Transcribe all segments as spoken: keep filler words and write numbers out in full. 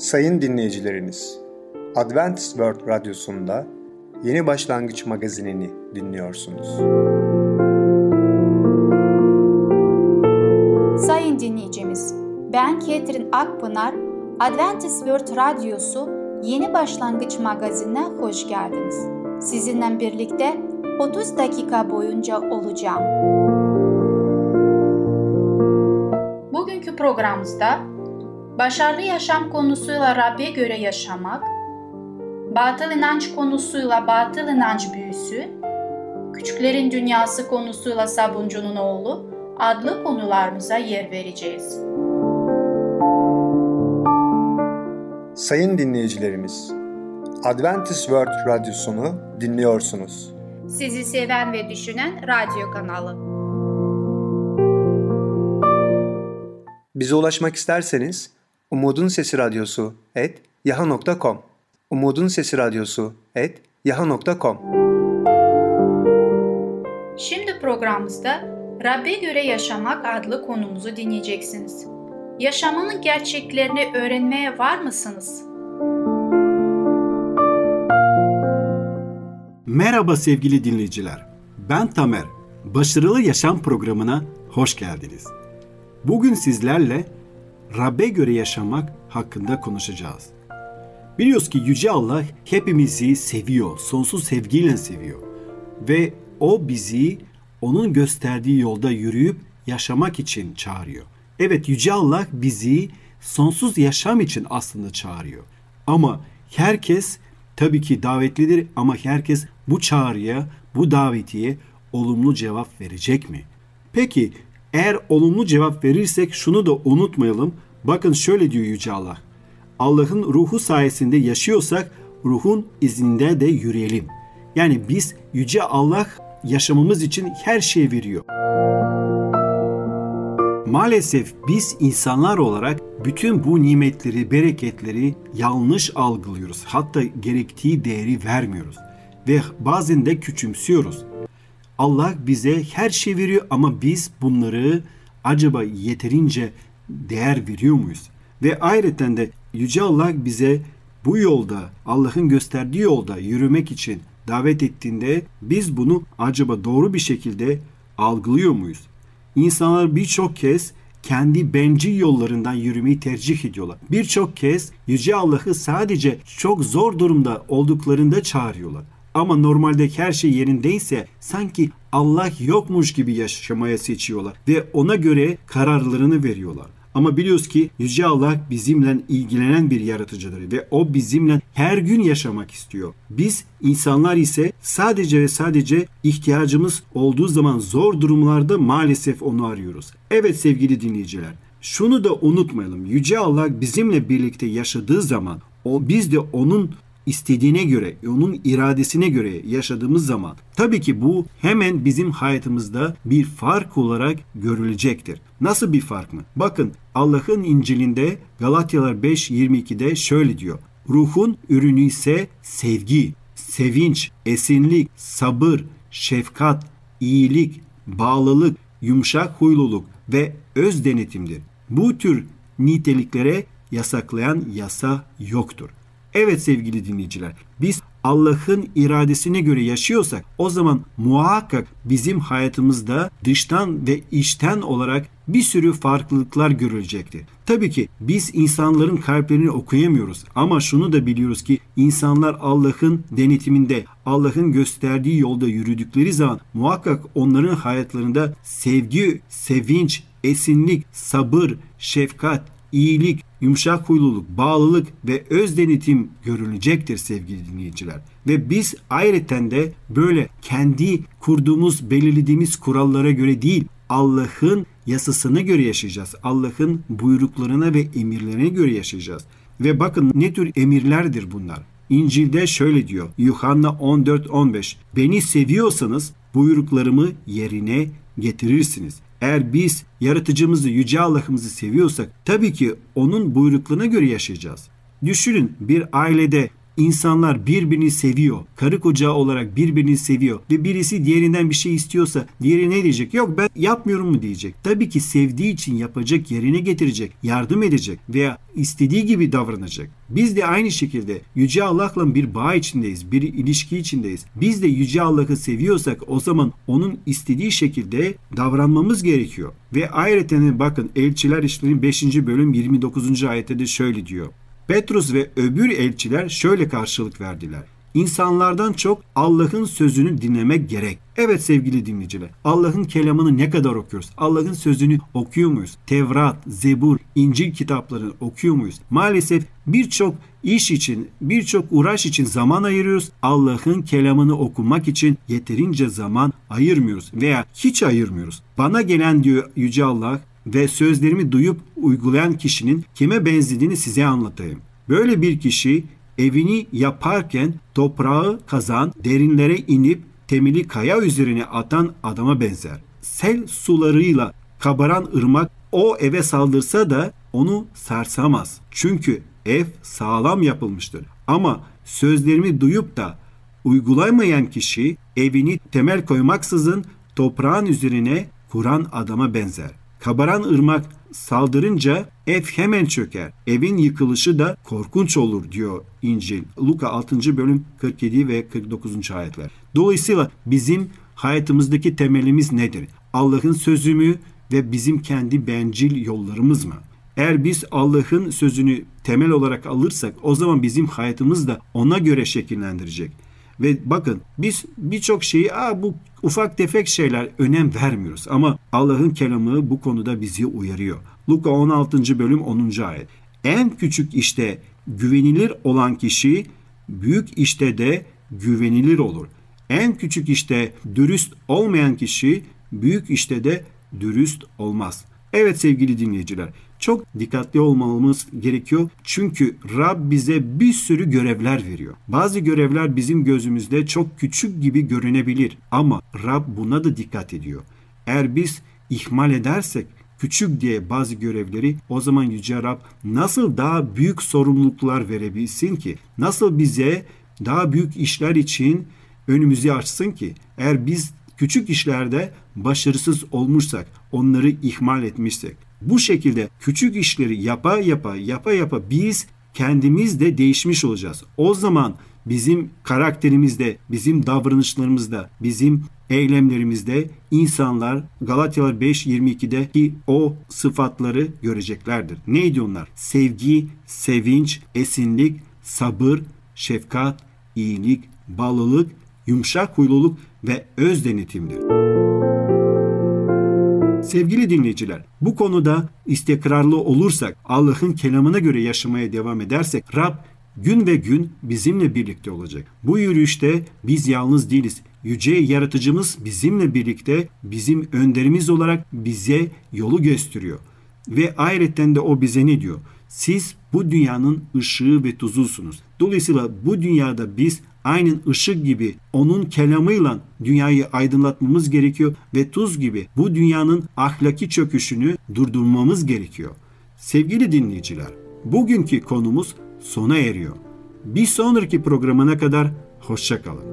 Sayın dinleyicileriniz, Adventist World Radyosu'nda Yeni Başlangıç Magazinini dinliyorsunuz. Sayın dinleyicimiz, ben Ketrin Akpınar, Adventist World Radyosu Yeni Başlangıç Magazinine hoş geldiniz. Sizinle birlikte otuz dakika boyunca olacağım. Bugünkü programımızda başarılı yaşam konusuyla Rab'be göre yaşamak, batıl inanç konusuyla batıl inanç büyüsü, küçüklerin dünyası konusuyla Sabuncunun oğlu adlı konularımıza yer vereceğiz. Sayın dinleyicilerimiz, Adventist World Radyosunu dinliyorsunuz. Sizi seven ve düşünen radyo kanalı. Bize ulaşmak isterseniz Umutun Sesi Radyosu et yaha nokta com Umutun Sesi Radyosu et yaha nokta com. Şimdi programımızda Rab'be göre yaşamak adlı konumuzu dinleyeceksiniz. Yaşamanın gerçeklerini öğrenmeye var mısınız? Merhaba sevgili dinleyiciler. Ben Tamer. Başarılı Yaşam programına hoş geldiniz. Bugün sizlerle Rab'be göre yaşamak hakkında konuşacağız. Biliyoruz ki Yüce Allah hepimizi seviyor, sonsuz sevgiyle seviyor. Ve O bizi onun gösterdiği yolda yürüyüp yaşamak için çağırıyor. Evet, Yüce Allah bizi sonsuz yaşam için aslında çağırıyor. Ama herkes tabii ki davetlidir ama herkes bu çağrıya, bu davetiye olumlu cevap verecek mi? Peki eğer olumlu cevap verirsek şunu da unutmayalım. Bakın şöyle diyor Yüce Allah. Allah'ın ruhu sayesinde yaşıyorsak ruhun izinde de yürüyelim. Yani biz Yüce Allah yaşamamız için her şeyi veriyor. Maalesef biz insanlar olarak bütün bu nimetleri, bereketleri yanlış algılıyoruz. Hatta gerektiği değeri vermiyoruz. Ve bazen de küçümsüyoruz. Allah bize her şey veriyor ama biz bunları acaba yeterince değer veriyor muyuz? Ve ayrıca de Yüce Allah bize bu yolda, Allah'ın gösterdiği yolda yürümek için davet ettiğinde biz bunu acaba doğru bir şekilde algılıyor muyuz? İnsanlar birçok kez kendi bencil yollarından yürümeyi tercih ediyorlar. Birçok kez Yüce Allah'ı sadece çok zor durumda olduklarında çağırıyorlar. Ama normalde her şey yerindeyse sanki Allah yokmuş gibi yaşamaya seçiyorlar ve ona göre kararlarını veriyorlar. Ama biliyoruz ki Yüce Allah bizimle ilgilenen bir yaratıcıdır ve O bizimle her gün yaşamak istiyor. Biz insanlar ise sadece ve sadece ihtiyacımız olduğu zaman zor durumlarda maalesef Onu arıyoruz. Evet sevgili dinleyiciler, şunu da unutmayalım. Yüce Allah bizimle birlikte yaşadığı zaman o, biz de O'nun istediğine göre, onun iradesine göre yaşadığımız zaman tabii ki bu hemen bizim hayatımızda bir fark olarak görülecektir. Nasıl bir fark mı? Bakın Allah'ın İncil'inde Galatyalar beş yirmi ikide şöyle diyor. Ruhun ürünü ise sevgi, sevinç, esinlik, sabır, şefkat, iyilik, bağlılık, yumuşak huyluluk ve öz denetimdir. Bu tür niteliklere yasaklayan yasa yoktur. Evet sevgili dinleyiciler, biz Allah'ın iradesine göre yaşıyorsak o zaman muhakkak bizim hayatımızda dıştan ve içten olarak bir sürü farklılıklar görülecektir. Tabii ki biz insanların kalplerini okuyamıyoruz ama şunu da biliyoruz ki insanlar Allah'ın denetiminde, Allah'ın gösterdiği yolda yürüdükleri zaman muhakkak onların hayatlarında sevgi, sevinç, esinlik, sabır, şefkat, iyilik, yumuşak huyluluk, bağlılık ve öz denetim görülecektir sevgili dinleyiciler. Ve biz ayrıca de böyle kendi kurduğumuz, belirlediğimiz kurallara göre değil, Allah'ın yasasına göre yaşayacağız. Allah'ın buyruklarına ve emirlerine göre yaşayacağız. Ve bakın ne tür emirlerdir bunlar. İncil'de şöyle diyor. Yuhanna on dört on beş. Beni seviyorsanız buyruklarımı yerine getirirsiniz. Eğer biz yaratıcımızı, Yüce Allah'ımızı seviyorsak tabii ki O'nun buyruklarına göre yaşayacağız. Düşünün bir ailede İnsanlar birbirini seviyor. Karı koca olarak birbirini seviyor. Ve birisi diğerinden bir şey istiyorsa diğeri ne diyecek? Yok ben yapmıyorum mu diyecek. Tabii ki sevdiği için yapacak, yerine getirecek, yardım edecek veya istediği gibi davranacak. Biz de aynı şekilde Yüce Allah'la bir bağ içindeyiz, bir ilişki içindeyiz. Biz de Yüce Allah'ı seviyorsak o zaman onun istediği şekilde davranmamız gerekiyor. Ve ayrıca bakın Elçiler İşleri'nin beşinci bölüm yirmi dokuzuncu ayette de şöyle diyor. Petrus ve öbür elçiler şöyle karşılık verdiler. İnsanlardan çok Allah'ın sözünü dinlemek gerek. Evet sevgili dinleyiciler, Allah'ın kelamını ne kadar okuyoruz? Allah'ın sözünü okuyor muyuz? Tevrat, Zebur, İncil kitaplarını okuyor muyuz? Maalesef birçok iş için, birçok uğraş için zaman ayırıyoruz. Allah'ın kelamını okumak için yeterince zaman ayırmıyoruz veya hiç ayırmıyoruz. Bana gelen diyor Yüce Allah ve sözlerimi duyup uygulayan kişinin kime benzediğini size anlatayım. Böyle bir kişi evini yaparken toprağı kazan, derinlere inip temeli kaya üzerine atan adama benzer. Sel sularıyla kabaran ırmak o eve saldırsa da onu sarsamaz. Çünkü ev sağlam yapılmıştır. Ama sözlerimi duyup da uygulamayan kişi evini temel koymaksızın toprağın üzerine kuran adama benzer. Kabaran ırmak saldırınca ev hemen çöker. Evin yıkılışı da korkunç olur diyor İncil. Luka altıncı bölüm kırk yedi ve kırk dokuzuncu ayetler. Dolayısıyla bizim hayatımızdaki temelimiz nedir? Allah'ın sözü mü ve bizim kendi bencil yollarımız mı? Eğer biz Allah'ın sözünü temel olarak alırsak o zaman bizim hayatımız da ona göre şekillendirecek. Ve bakın biz birçok şeyi Aa, bu ufak tefek şeyler önem vermiyoruz. Ama Allah'ın kelamı bu konuda bizi uyarıyor. Luka on altıncı bölüm onuncu ayet. En küçük işte güvenilir olan kişi büyük işte de güvenilir olur. En küçük işte dürüst olmayan kişi büyük işte de dürüst olmaz. Evet sevgili dinleyiciler, çok dikkatli olmamız gerekiyor. Çünkü Rab bize bir sürü görevler veriyor. Bazı görevler bizim gözümüzde çok küçük gibi görünebilir ama Rab buna da dikkat ediyor. Eğer biz ihmal edersek küçük diye bazı görevleri o zaman Yüce Rab nasıl daha büyük sorumluluklar verebilsin ki? Nasıl bize daha büyük işler için önümüzü açsın ki? Eğer biz küçük işlerde başarısız olmuşsak, onları ihmal etmişsek, bu şekilde küçük işleri yapa yapa yapa yapa biz kendimiz de değişmiş olacağız. O zaman bizim karakterimizde, bizim davranışlarımızda, bizim eylemlerimizde insanlar Galatyalar beş yirmi ikide ki o sıfatları göreceklerdir. Neydi onlar? Sevgi, sevinç, esinlik, sabır, şefkat, iyilik, bağlılık, yumuşak huyluluk ve öz denetimdir. Sevgili dinleyiciler, bu konuda istikrarlı olursak, Allah'ın kelamına göre yaşamaya devam edersek, Rab gün ve gün bizimle birlikte olacak. Bu yürüyüşte biz yalnız değiliz. Yüce Yaratıcımız bizimle birlikte, bizim önderimiz olarak bize yolu gösteriyor. Ve ayrıca de o bize ne diyor? Siz bu dünyanın ışığı ve tuzusunuz. Dolayısıyla bu dünyada biz aynen ışık gibi onun kelamıyla dünyayı aydınlatmamız gerekiyor ve tuz gibi bu dünyanın ahlaki çöküşünü durdurmamız gerekiyor. Sevgili dinleyiciler, bugünkü konumuz sona eriyor. Bir sonraki programına kadar hoşça kalın.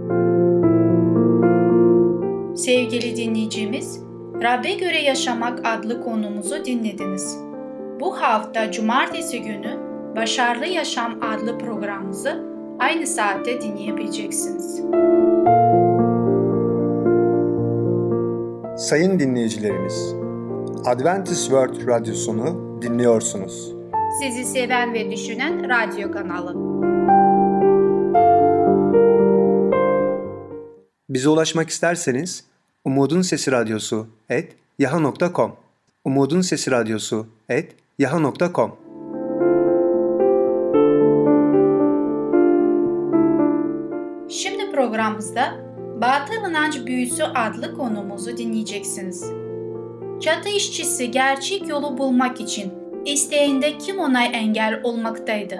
Sevgili dinleyicimiz, Rab'be göre yaşamak adlı konumuzu dinlediniz. Bu hafta cumartesi günü Başarılı Yaşam adlı programımızı aynı saatte dinleyebileceksiniz. Sayın dinleyicilerimiz, Adventist World Radyosunu dinliyorsunuz. Sizi seven ve düşünen radyo kanalı. Bize ulaşmak isterseniz Umutun Sesi Radyosu et yaha nokta com Umutun Sesi Radyosu et yaha nokta com. Şimdi programımızda Batıl İnanç Büyüsü adlı konumuzu dinleyeceksiniz. Çatı işçisi gerçek yolu bulmak için isteğinde kim ona engel olmaktaydı?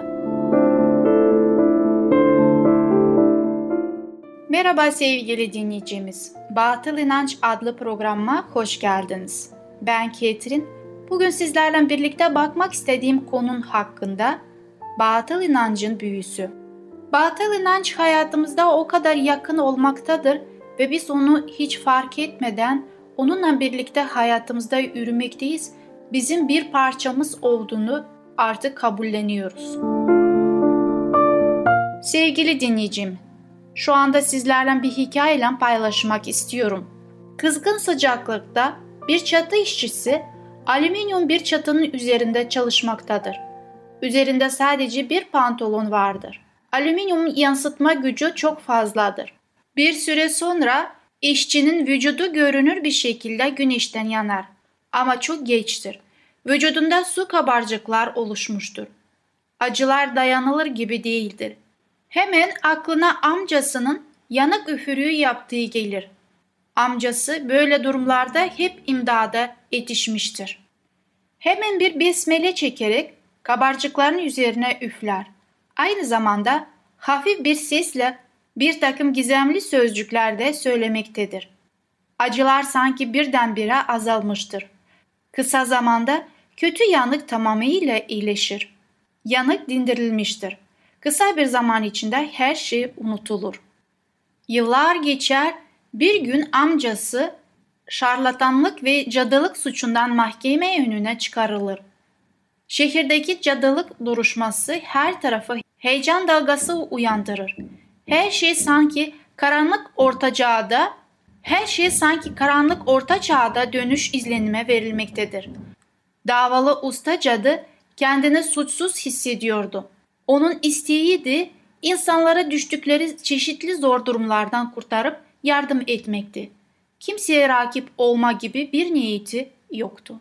Merhaba sevgili dinleyicimiz. Batıl İnanç adlı programıma hoş geldiniz. Ben Ketrin. Bugün sizlerle birlikte bakmak istediğim konunun hakkında batıl inancın büyüsü. Batıl inanç hayatımızda o kadar yakın olmaktadır ve biz onu hiç fark etmeden onunla birlikte hayatımızda yürümekteyiz. Bizim bir parçamız olduğunu artık kabulleniyoruz. Sevgili dinleyicim, şu anda sizlerle bir hikayeyle paylaşmak istiyorum. Kızgın sıcaklıkta bir çatı işçisi alüminyum bir çatının üzerinde çalışmaktadır. Üzerinde sadece bir pantolon vardır. Alüminyum yansıtma gücü çok fazladır. Bir süre sonra işçinin vücudu görünür bir şekilde güneşten yanar. Ama çok geçtir. Vücudunda su kabarcıklar oluşmuştur. Acılar dayanılır gibi değildir. Hemen aklına amcasının yanık üfürüğü yaptığı gelir. Amcası böyle durumlarda hep imdada yetişmiştir. Hemen bir besmele çekerek kabarcıkların üzerine üfler. Aynı zamanda hafif bir sesle bir takım gizemli sözcükler de söylemektedir. Acılar sanki birdenbire azalmıştır. Kısa zamanda kötü yanık tamamıyla iyileşir. Yanık dindirilmiştir. Kısa bir zaman içinde her şey unutulur. Yıllar geçer, bir gün amcası şarlatanlık ve cadılık suçundan mahkeme önüne çıkarılır. Şehirdeki cadılık duruşması her tarafı heyecan dalgası uyandırır. Her şey sanki karanlık orta çağda, her şey sanki karanlık orta çağda dönüş izlenime verilmektedir. Davalı usta cadı kendini suçsuz hissediyordu. Onun isteğiydi insanlara düştükleri çeşitli zor durumlardan kurtarıp yardım etmekti. Kimseye rakip olma gibi bir niyeti yoktu.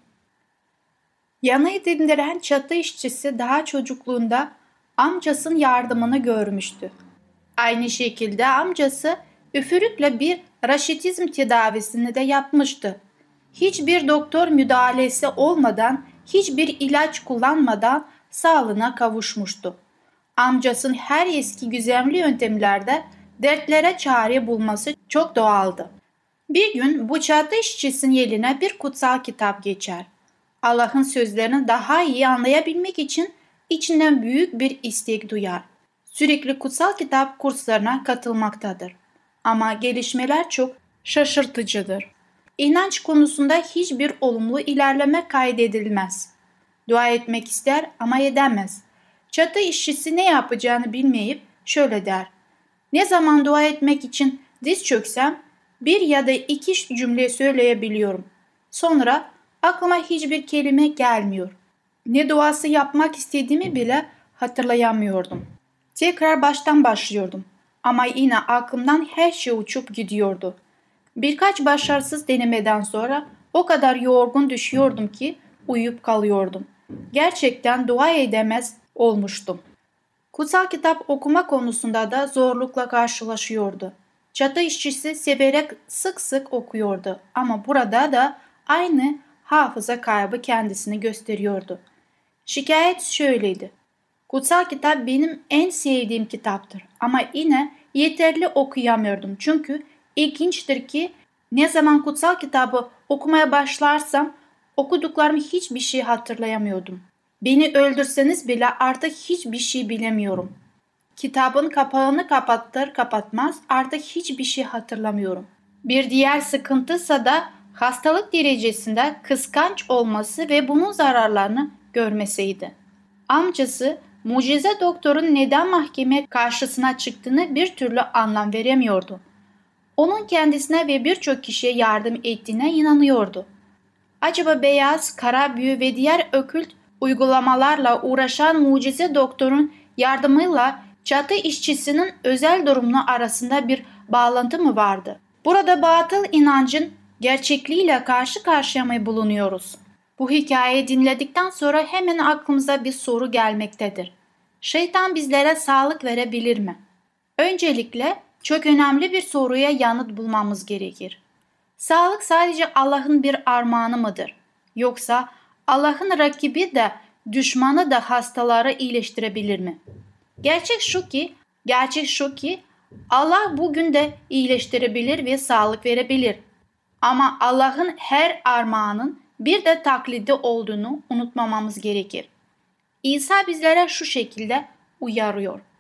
Yanayı dindiren çatı işçisi daha çocukluğunda amcasının yardımını görmüştü. Aynı şekilde amcası üfürükle bir raşitizm tedavisini de yapmıştı. Hiçbir doktor müdahalesi olmadan, hiçbir ilaç kullanmadan sağlığına kavuşmuştu. Amcasının her eski gizemli yöntemlerde dertlere çare bulması çok doğaldı. Bir gün bu çatı işçisinin eline bir kutsal kitap geçer. Allah'ın sözlerini daha iyi anlayabilmek için içinden büyük bir istek duyar. Sürekli kutsal kitap kurslarına katılmaktadır. Ama gelişmeler çok şaşırtıcıdır. İnanç konusunda hiçbir olumlu ilerleme kaydedilmez. Dua etmek ister ama edemez. Çatı işçisi ne yapacağını bilmeyip şöyle der. Ne zaman dua etmek için diz çöksem bir ya da iki cümle söyleyebiliyorum. Sonra aklıma hiçbir kelime gelmiyor. Ne duası yapmak istediğimi bile hatırlayamıyordum. Tekrar baştan başlıyordum. Ama yine aklımdan her şey uçup gidiyordu. Birkaç başarısız denemeden sonra o kadar yorgun düşüyordum ki uyuyup kalıyordum. Gerçekten dua edemez olmuştum. Kutsal kitap okuma konusunda da zorlukla karşılaşıyordu. Çatı işçisi severek sık sık okuyordu ama burada da aynı hafıza kaybı kendisini gösteriyordu. Şikayet şöyleydi. Kutsal kitap benim en sevdiğim kitaptır ama yine yeterli okuyamıyordum çünkü ilginçtir ki ne zaman kutsal kitabı okumaya başlarsam okuduklarımı hiçbir şey hatırlayamıyordum. Beni öldürseniz bile artık hiçbir şey bilemiyorum. Kitabın kapağını kapattır kapatmaz artık hiçbir şey hatırlamıyorum. Bir diğer sıkıntısa da hastalık derecesinde kıskanç olması ve bunun zararlarını görmesiydi. Amcası mucize doktorun neden mahkeme karşısına çıktığını bir türlü anlam veremiyordu. Onun kendisine ve birçok kişiye yardım ettiğine inanıyordu. Acaba beyaz, kara büyü ve diğer okült uygulamalarla uğraşan mucize doktorun yardımıyla çatı işçisinin özel durumu arasında bir bağlantı mı vardı? Burada batıl inancın gerçekliğiyle karşı karşıya mı bulunuyoruz? Bu hikayeyi dinledikten sonra hemen aklımıza bir soru gelmektedir. Şeytan bizlere sağlık verebilir mi? Öncelikle çok önemli bir soruya yanıt bulmamız gerekir. Sağlık sadece Allah'ın bir armağanı mıdır? Yoksa Allah'ın rakibi de düşmanı da hastaları iyileştirebilir mi? Gerçek şu ki, gerçek şu ki Allah bugün de iyileştirebilir ve sağlık verebilir. Ama Allah'ın her armağanın bir de taklidi olduğunu unutmamamız gerekir. İsa bizlere şu şekilde uyarıyor.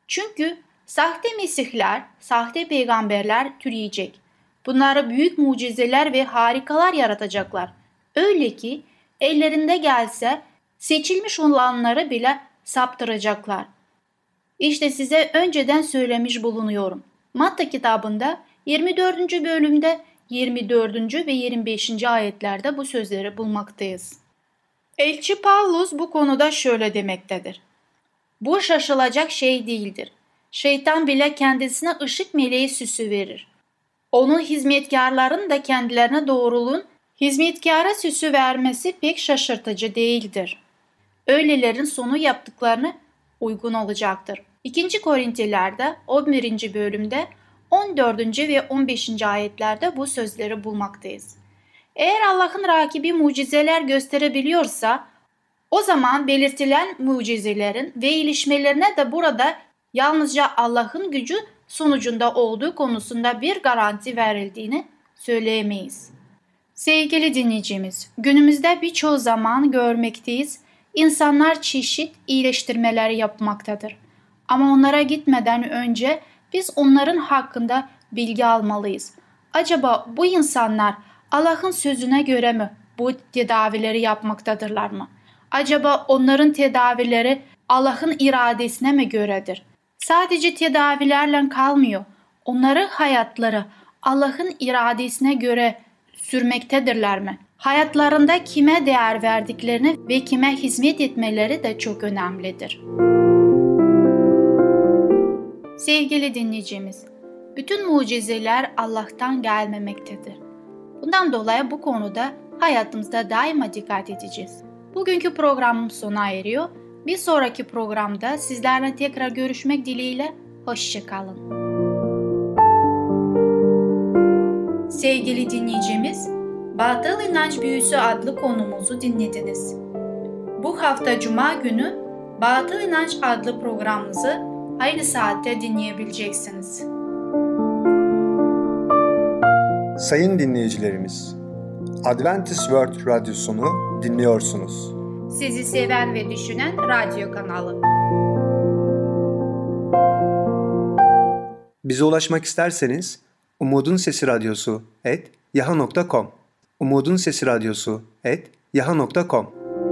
Çünkü sahte mesihler, sahte peygamberler türeyecek. Bunlara büyük mucizeler ve harikalar yaratacaklar. Öyle ki ellerinde gelse seçilmiş olanları bile saptıracaklar. İşte size önceden söylemiş bulunuyorum. Matta kitabında yirmi dördüncü bölümde yirmi dördüncü ve yirmi beşinci ayetlerde bu sözleri bulmaktayız. Elçi Pavlus bu konuda şöyle demektedir. Bu şaşılacak şey değildir. Şeytan bile kendisine ışık meleği süsü verir. Onun hizmetkarların da kendilerine doğruluğun hizmetkara süsü vermesi pek şaşırtıcı değildir. Öylelerin sonu yaptıklarını uygun olacaktır. İkinci Korintililerde on birinci bölümde on dördüncü ve on beşinci ayetlerde bu sözleri bulmaktayız. Eğer Allah'ın rakibi mucizeler gösterebiliyorsa, o zaman belirtilen mucizelerin ve ilişmelerine de burada yalnızca Allah'ın gücü sonucunda olduğu konusunda bir garanti verildiğini söyleyemeyiz. Sevgili dinleyicimiz, günümüzde birçok zaman görmekteyiz. İnsanlar çeşit iyileştirmeler yapmaktadır. Ama onlara gitmeden önce biz onların hakkında bilgi almalıyız. Acaba bu insanlar Allah'ın sözüne göre mi bu tedavileri yapmaktadırlar mı? Acaba onların tedavileri Allah'ın iradesine mi göredir? Sadece tedavilerle kalmıyor. Onların hayatları Allah'ın iradesine göre sürmektedirler mi? Hayatlarında kime değer verdiklerini ve kime hizmet etmeleri de çok önemlidir. Sevgili dinleyicimiz, bütün mucizeler Allah'tan gelmemektedir. Bundan dolayı bu konuda hayatımızda daima dikkat edeceğiz. Bugünkü programım sona eriyor. Bir sonraki programda sizlerle tekrar görüşmek dileğiyle, hoşça kalın. Sevgili dinleyicimiz, Batıl İnanç Büyüsü adlı konumuzu dinlediniz. Bu hafta Cuma günü Batıl İnanç adlı programımızı aynı saatte dinleyebileceksiniz. Sayın dinleyicilerimiz, Adventist World Radyosunu dinliyorsunuz. Sizi seven ve düşünen radyo kanalı. Bize ulaşmak isterseniz Umutun Sesi Radyosu et yaha nokta com Umutun Sesi Radyosu et yaha nokta com.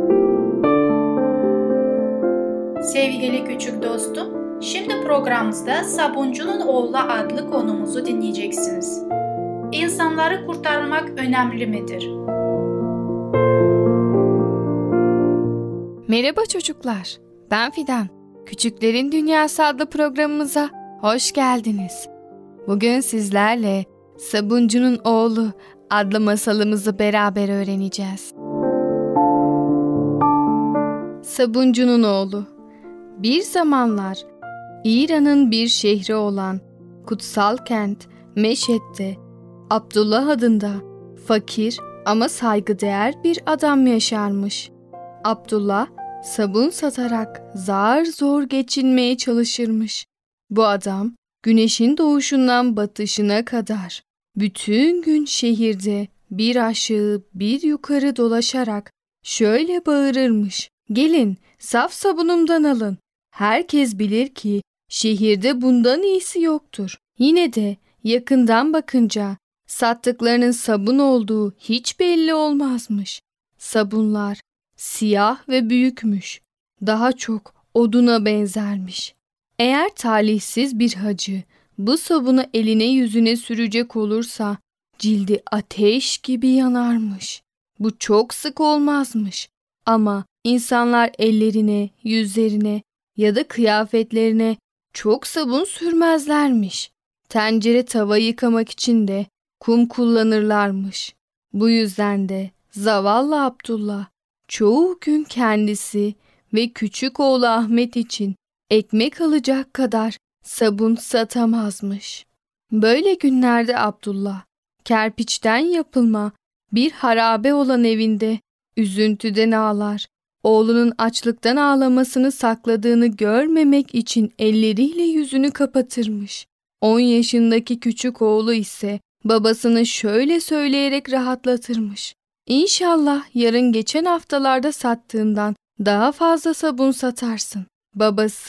Sevgili küçük dostum, şimdi programımızda Sabuncunun Oğlu adlı konumuzu dinleyeceksiniz. İnsanları kurtarmak önemli midir? Merhaba çocuklar, ben Fidan. Küçüklerin Dünyası adlı programımıza hoş geldiniz. Bugün sizlerle Sabuncunun Oğlu adlı masalımızı beraber öğreneceğiz. Sabuncunun Oğlu. Bir zamanlar İran'ın bir şehri olan kutsal kent Meşhed'de Abdullah adında fakir ama saygıdeğer bir adam yaşarmış. Abdullah sabun satarak zar zor geçinmeye çalışırmış. Bu adam güneşin doğuşundan batışına kadar bütün gün şehirde bir aşağı bir yukarı dolaşarak şöyle bağırırmış. Gelin saf sabunumdan alın. Herkes bilir ki şehirde bundan iyisi yoktur. Yine de yakından bakınca sattıklarının sabun olduğu hiç belli olmazmış. Sabunlar siyah ve büyükmüş. Daha çok oduna benzermiş. Eğer talihsiz bir hacı bu sabunu eline yüzüne sürecek olursa cildi ateş gibi yanarmış. Bu çok sık olmazmış. Ama insanlar ellerine, yüzlerine ya da kıyafetlerine çok sabun sürmezlermiş. Tencere tava yıkamak için de kum kullanırlarmış. Bu yüzden de zavallı Abdullah çoğu gün kendisi ve küçük oğlu Ahmet için ekmek alacak kadar sabun satamazmış. Böyle günlerde Abdullah kerpiçten yapılma bir harabe olan evinde üzüntüden ağlar. Oğlunun açlıktan ağlamasını sakladığını görmemek için elleriyle yüzünü kapatırmış. On yaşındaki küçük oğlu ise babasını şöyle söyleyerek rahatlatırmış. İnşallah yarın geçen haftalarda sattığından daha fazla sabun satarsın. Babası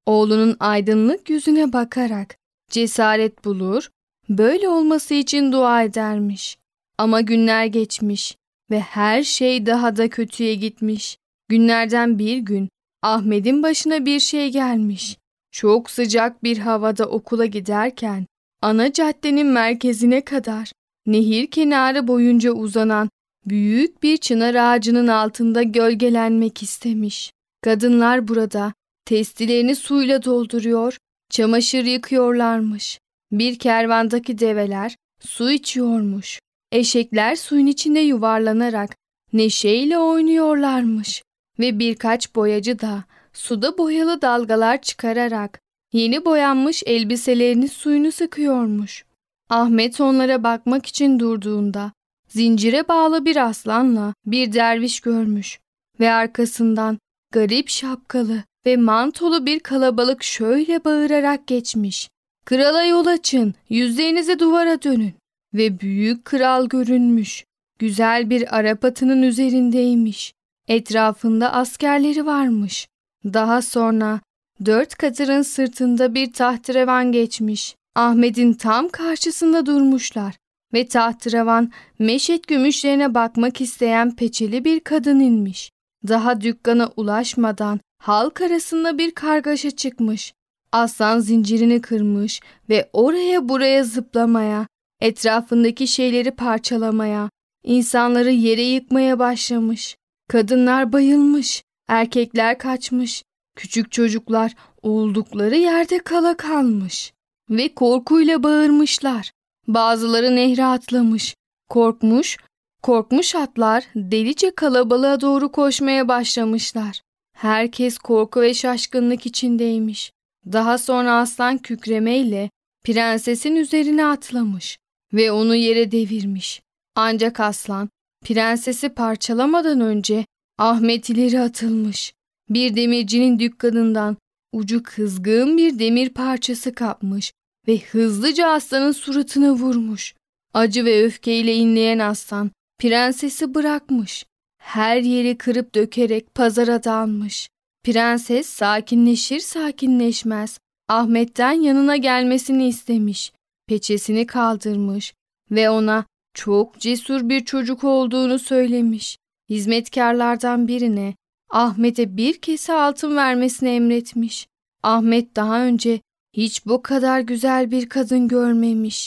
Oğlunun aydınlık yüzüne bakarak cesaret bulur, böyle olması için dua edermiş. Ama günler geçmiş ve her şey daha da kötüye gitmiş. Günlerden bir gün Ahmet'in başına bir şey gelmiş. Çok sıcak bir havada okula giderken ana caddenin merkezine kadar nehir kenarı boyunca uzanan büyük bir çınar ağacının altında gölgelenmek istemiş. Kadınlar burada testilerini suyla dolduruyor, çamaşır yıkıyorlarmış. Bir kervandaki develer su içiyormuş. Eşekler suyun içinde yuvarlanarak neşeyle oynuyorlarmış. Ve birkaç boyacı da suda boyalı dalgalar çıkararak yeni boyanmış elbiselerini suyunu sıkıyormuş. Ahmet onlara bakmak için durduğunda zincire bağlı bir aslanla bir derviş görmüş ve arkasından garip şapkalı ve mantolu bir kalabalık şöyle bağırarak geçmiş. Krala yol açın, yüzlerinizi duvara dönün. Ve büyük kral görünmüş. Güzel bir Arap atının üzerindeymiş. Etrafında askerleri varmış. Daha sonra dört katırın sırtında bir tahterevan geçmiş. Ahmet'in tam karşısında durmuşlar ve tahterevan meşet gümüşlerine bakmak isteyen peçeli bir kadın inmiş. Daha dükkana ulaşmadan halk arasında bir kargaşa çıkmış. Aslan zincirini kırmış ve oraya buraya zıplamaya, etrafındaki şeyleri parçalamaya, insanları yere yıkmaya başlamış. Kadınlar bayılmış, erkekler kaçmış, küçük çocuklar oldukları yerde kala kalmış ve korkuyla bağırmışlar. Bazıları nehre atlamış, korkmuş, korkmuş atlar delice kalabalığa doğru koşmaya başlamışlar. Herkes korku ve şaşkınlık içindeymiş. Daha sonra aslan kükremeyle prensesin üzerine atlamış ve onu yere devirmiş. Ancak aslan prensesi parçalamadan önce Ahmet ileri atılmış. Bir demircinin dükkanından ucu kızgın bir demir parçası kapmış ve hızlıca aslanın suratına vurmuş. Acı ve öfkeyle inleyen aslan prensesi bırakmış. Her yeri kırıp dökerek pazara dalmış. Prenses sakinleşir sakinleşmez Ahmet'ten yanına gelmesini istemiş. Peçesini kaldırmış ve ona çok cesur bir çocuk olduğunu söylemiş. Hizmetkarlardan birine Ahmet'e bir kese altın vermesini emretmiş. Ahmet daha önce hiç bu kadar güzel bir kadın görmemiş.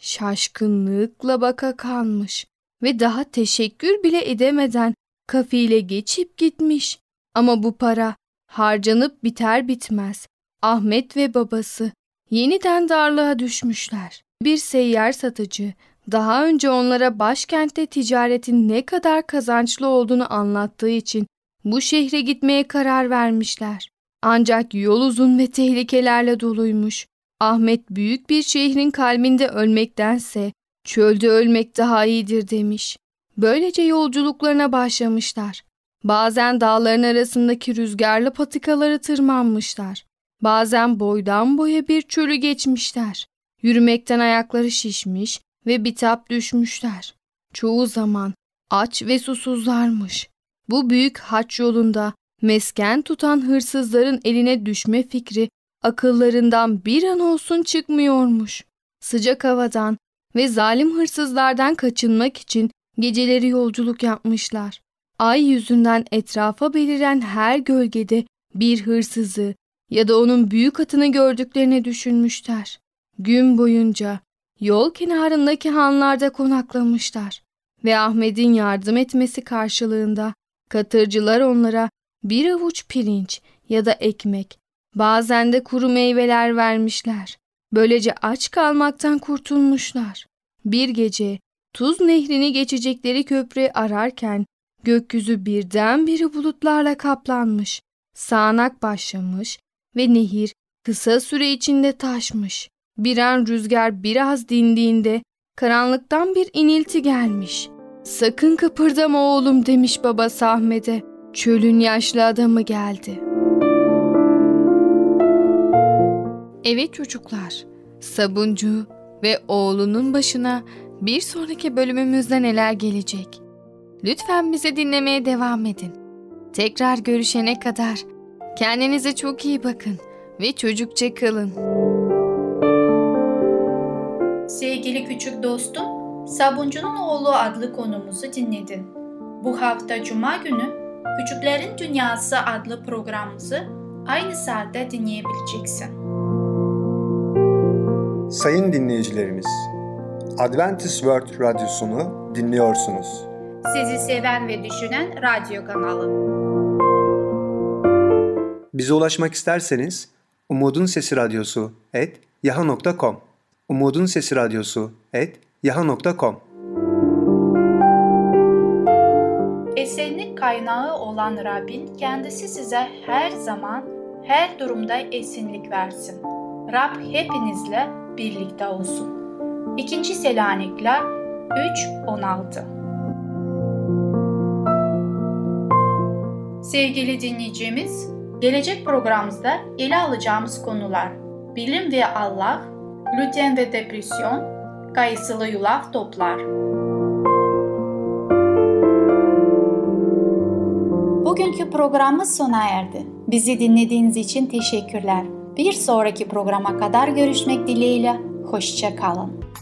Şaşkınlıkla baka kalmış ve daha teşekkür bile edemeden kafile geçip gitmiş. Ama bu para harcanıp biter bitmez Ahmet ve babası yeniden darlığa düşmüşler. Bir seyyar satıcı daha önce onlara başkentte ticaretin ne kadar kazançlı olduğunu anlattığı için bu şehre gitmeye karar vermişler. Ancak yol uzun ve tehlikelerle doluymuş. Ahmet büyük bir şehrin kalbinde ölmektense çölde ölmek daha iyidir demiş. Böylece yolculuklarına başlamışlar. Bazen dağların arasındaki rüzgarlı patikaları tırmanmışlar. Bazen boydan boya bir çölü geçmişler. Yürümekten ayakları şişmiş ve bitap düşmüşler. Çoğu zaman aç ve susuzlarmış. Bu büyük haç yolunda mesken tutan hırsızların eline düşme fikri akıllarından bir an olsun çıkmıyormuş. Sıcak havadan ve zalim hırsızlardan kaçınmak için geceleri yolculuk yapmışlar. Ay yüzünden etrafa beliren her gölgede bir hırsızı ya da onun büyük atını gördüklerini düşünmüşler. Gün boyunca yol kenarındaki hanlarda konaklamışlar ve Ahmet'in yardım etmesi karşılığında katırcılar onlara bir avuç pirinç ya da ekmek, bazen de kuru meyveler vermişler. Böylece aç kalmaktan kurtulmuşlar. Bir gece Tuz Nehri'ni geçecekleri köprüyü ararken gökyüzü birdenbire bulutlarla kaplanmış. Sağanak başlamış ve nehir kısa süre içinde taşmış. Bir an rüzgar biraz dindiğinde karanlıktan bir inilti gelmiş. "Sakın kıpırdama oğlum," demiş babası Ahmet'e. Çölün yaşlı adamı geldi. Evet çocuklar, Sabuncu ve oğlunun başına bir sonraki bölümümüzde neler gelecek? Lütfen bizi dinlemeye devam edin. Tekrar görüşene kadar kendinize çok iyi bakın. ve çocukça kalın. Sevgili küçük dostum, Sabuncunun Oğlu adlı konumuzu dinledin. Bu hafta Cuma günü Küçüklerin Dünyası adlı programımızı aynı saatte dinleyebileceksin. Sayın dinleyicilerimiz, Adventist World Radyosunu dinliyorsunuz. Sizi seven ve düşünen radyo kanalı. Bize ulaşmak isterseniz Umutun Sesi Radyosu et yaha nokta com Umutun Sesi Radyosu et yaha nokta com Esenlik kaynağı olan Rabbin kendisi size her zaman, her durumda esenlik versin. Rab hepinizle birlikte olsun. İkinci Selanikliler üç on altı. Sevgili dinleyicimiz, gelecek programımızda ele alacağımız konular bilim ve Allah, gluten ve depresyon, kayısılı yulaf toplar. Bugünkü programımız sona erdi. Bizi dinlediğiniz için teşekkürler. Bir sonraki programa kadar görüşmek dileğiyle, hoşça kalın.